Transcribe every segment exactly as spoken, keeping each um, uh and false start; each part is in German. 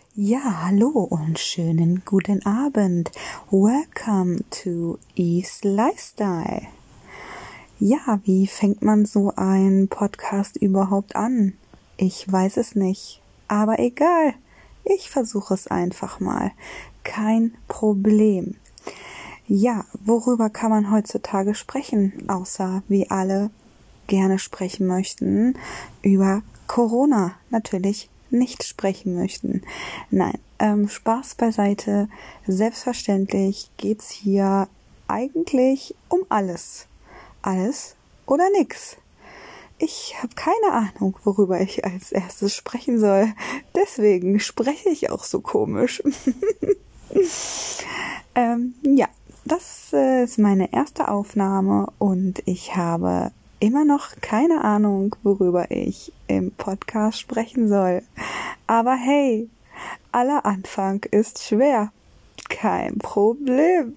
Ja, hallo und schönen guten Abend. Welcome to Eve's Lifestyle. Ja, wie fängt man so einen Podcast überhaupt an? Ich weiß es nicht, aber egal. Ich versuche es einfach mal. Kein Problem. Ja, worüber kann man heutzutage sprechen, außer wie alle gerne sprechen möchten, über Corona natürlich nicht sprechen möchten. Nein, ähm, Spaß beiseite. Selbstverständlich geht's hier eigentlich um alles. Alles oder nix. Ich habe keine Ahnung, worüber ich als erstes sprechen soll. Deswegen spreche ich auch so komisch. ähm, ja, das äh, ist meine erste Aufnahme und ich habe immer noch keine Ahnung, worüber ich im Podcast sprechen soll. Aber hey, aller Anfang ist schwer. Kein Problem.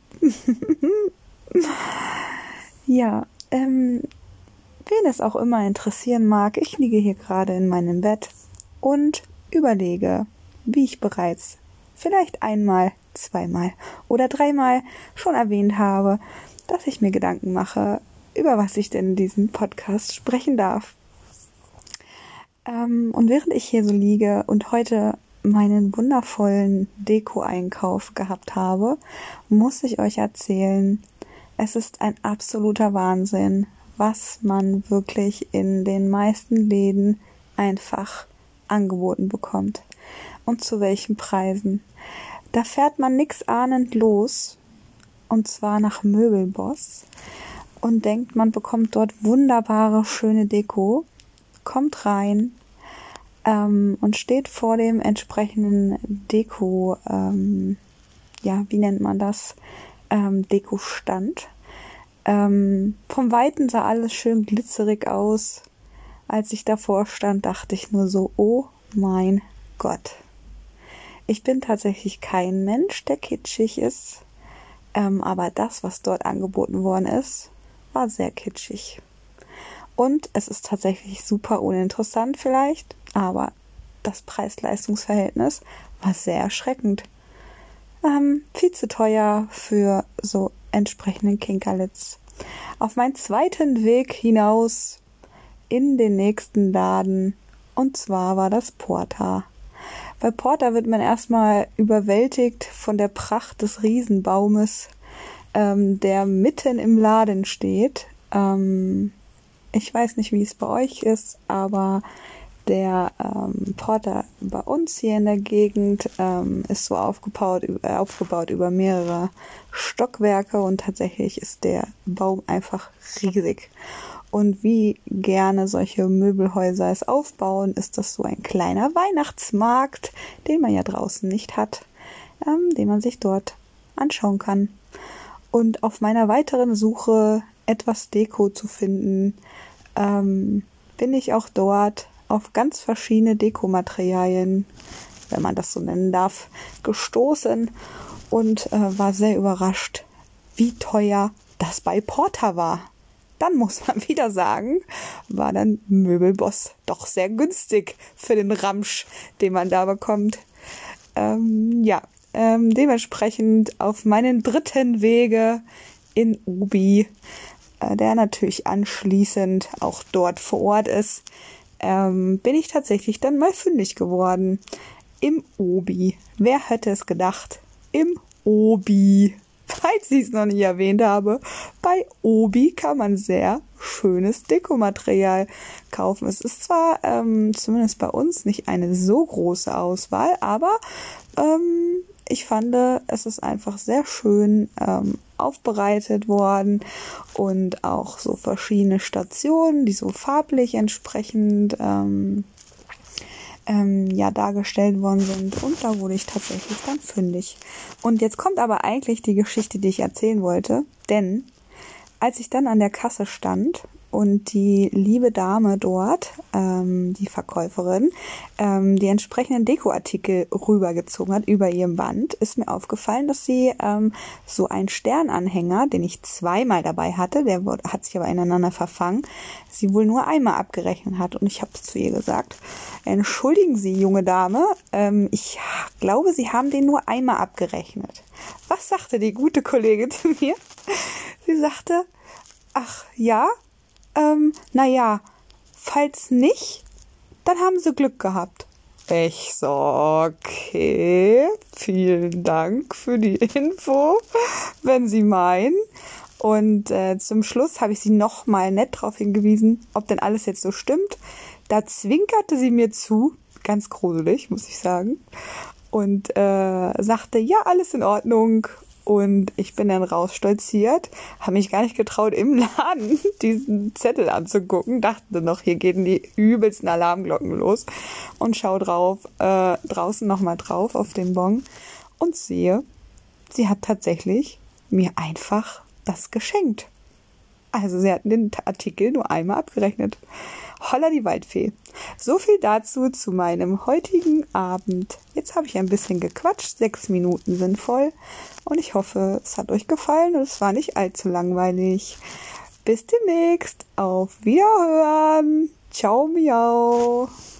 Ja, ähm, wen es auch immer interessieren mag, ich liege hier gerade in meinem Bett und überlege, wie ich bereits vielleicht einmal, zweimal oder dreimal schon erwähnt habe, dass ich mir Gedanken mache, über was ich denn in diesem Podcast sprechen darf. Ähm, und während ich hier so liege und heute meinen wundervollen Deko-Einkauf gehabt habe, muss ich euch erzählen, es ist ein absoluter Wahnsinn, was man wirklich in den meisten Läden einfach angeboten bekommt und zu welchen Preisen. Da fährt man nix ahnend los, und zwar nach Möbelboss, und denkt, man bekommt dort wunderbare, schöne Deko, kommt rein ähm, und steht vor dem entsprechenden Deko, ähm, ja, wie nennt man das, ähm, Dekostand. Ähm, vom Weiten sah alles schön glitzerig aus. Als ich davor stand, dachte ich nur so, oh mein Gott. Ich bin tatsächlich kein Mensch, der kitschig ist, ähm, aber das, was dort angeboten worden ist, war sehr kitschig. Und es ist tatsächlich super uninteressant vielleicht, aber das Preis-Leistungs-Verhältnis war sehr erschreckend. Ähm, viel zu teuer für so entsprechenden Kinkerlitz. Auf meinen zweiten Weg hinaus in den nächsten Laden, und zwar war das Porta. Bei Porta wird man erstmal überwältigt von der Pracht des Riesenbaumes, ähm, der mitten im Laden steht. Ähm, ich weiß nicht, wie es bei euch ist, aber der ähm, Porta bei uns hier in der Gegend ähm, ist so aufgebaut, äh, aufgebaut über mehrere Stockwerke und tatsächlich ist der Baum einfach riesig. Und wie gerne solche Möbelhäuser es aufbauen, ist das so ein kleiner Weihnachtsmarkt, den man ja draußen nicht hat, ähm, den man sich dort anschauen kann. Und auf meiner weiteren Suche, etwas Deko zu finden, ähm, bin ich auch dort auf ganz verschiedene Dekomaterialien, wenn man das so nennen darf, gestoßen und äh, war sehr überrascht, wie teuer das bei Porta war. Dann muss man wieder sagen, war dann Möbelboss doch sehr günstig für den Ramsch, den man da bekommt. Ähm, ja, ähm, dementsprechend auf meinen dritten Wege in Obi, äh, der natürlich anschließend auch dort vor Ort ist, ähm, bin ich tatsächlich dann mal fündig geworden. Im Obi. Wer hätte es gedacht? Im Obi. Falls ich es noch nicht erwähnt habe, bei Obi kann man sehr schönes Dekomaterial kaufen. Es ist zwar ähm, zumindest bei uns nicht eine so große Auswahl, aber ähm, ich fand, es ist einfach sehr schön ähm, aufbereitet worden und auch so verschiedene Stationen, die so farblich entsprechend ähm, ähm, ja dargestellt worden sind, und da wurde ich tatsächlich dann fündig. Und jetzt kommt aber eigentlich die Geschichte, die ich erzählen wollte, denn als ich dann an der Kasse stand und die liebe Dame dort, ähm, die Verkäuferin, ähm, die entsprechenden Dekoartikel rübergezogen hat über ihrem Band, ist mir aufgefallen, dass sie ähm, so einen Sternanhänger, den ich zweimal dabei hatte, der wurde, hat sich aber ineinander verfangen, sie wohl nur einmal abgerechnet hat. Und ich habe zu ihr gesagt, entschuldigen Sie, junge Dame, ähm, ich glaube, Sie haben den nur einmal abgerechnet. Was sagte die gute Kollegin zu mir? Sie sagte, ach ja, ähm, naja, falls nicht, dann haben Sie Glück gehabt. Ich so, okay, vielen Dank für die Info, wenn Sie meinen. Und äh, zum Schluss habe ich sie noch mal nett darauf hingewiesen, ob denn alles jetzt so stimmt. Da zwinkerte sie mir zu, ganz gruselig, muss ich sagen, und äh, sagte, ja, alles in Ordnung. Und ich bin dann rausstolziert, habe mich gar nicht getraut, im Laden diesen Zettel anzugucken. Dachte noch, hier gehen die übelsten Alarmglocken los. Und schau drauf, äh, draußen nochmal drauf auf den Bon und sehe, sie hat tatsächlich mir einfach das geschenkt. Also sie hatten den Artikel nur einmal abgerechnet. Holla die Waldfee. So viel dazu zu meinem heutigen Abend. Jetzt habe ich ein bisschen gequatscht. Sechs Minuten sind voll. Und ich hoffe, es hat euch gefallen und es war nicht allzu langweilig. Bis demnächst. Auf Wiederhören. Ciao, miau.